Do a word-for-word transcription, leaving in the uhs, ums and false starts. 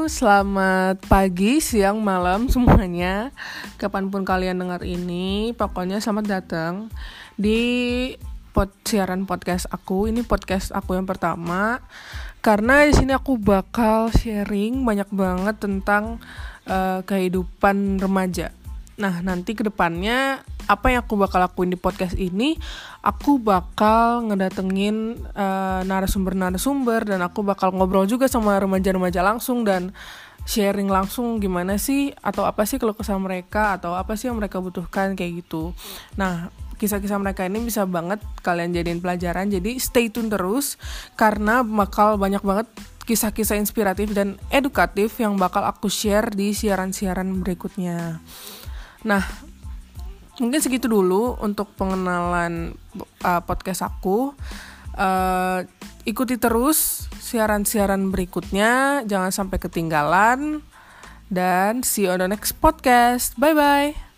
selamat pagi, siang, malam semuanya. Kapanpun kalian dengar ini, pokoknya selamat datang di pod, siaran podcast aku. Ini podcast aku yang pertama, karena di sini aku bakal sharing banyak banget tentang uh, kehidupan remaja. Nah, nanti ke depannya apa yang aku bakal lakuin di podcast ini, aku bakal ngedatengin uh, narasumber-narasumber dan aku bakal ngobrol juga sama remaja-remaja langsung dan sharing langsung gimana sih atau apa sih keluh kesah mereka atau apa sih yang mereka butuhkan kayak gitu. Nah, kisah-kisah mereka ini bisa banget kalian jadiin pelajaran, jadi stay tune terus karena bakal banyak banget kisah-kisah inspiratif dan edukatif yang bakal aku share di siaran-siaran berikutnya. Nah, mungkin segitu dulu untuk pengenalan uh, podcast aku. Uh, ikuti terus siaran-siaran berikutnya, jangan sampai ketinggalan. Dan see you on the next podcast. Bye-bye.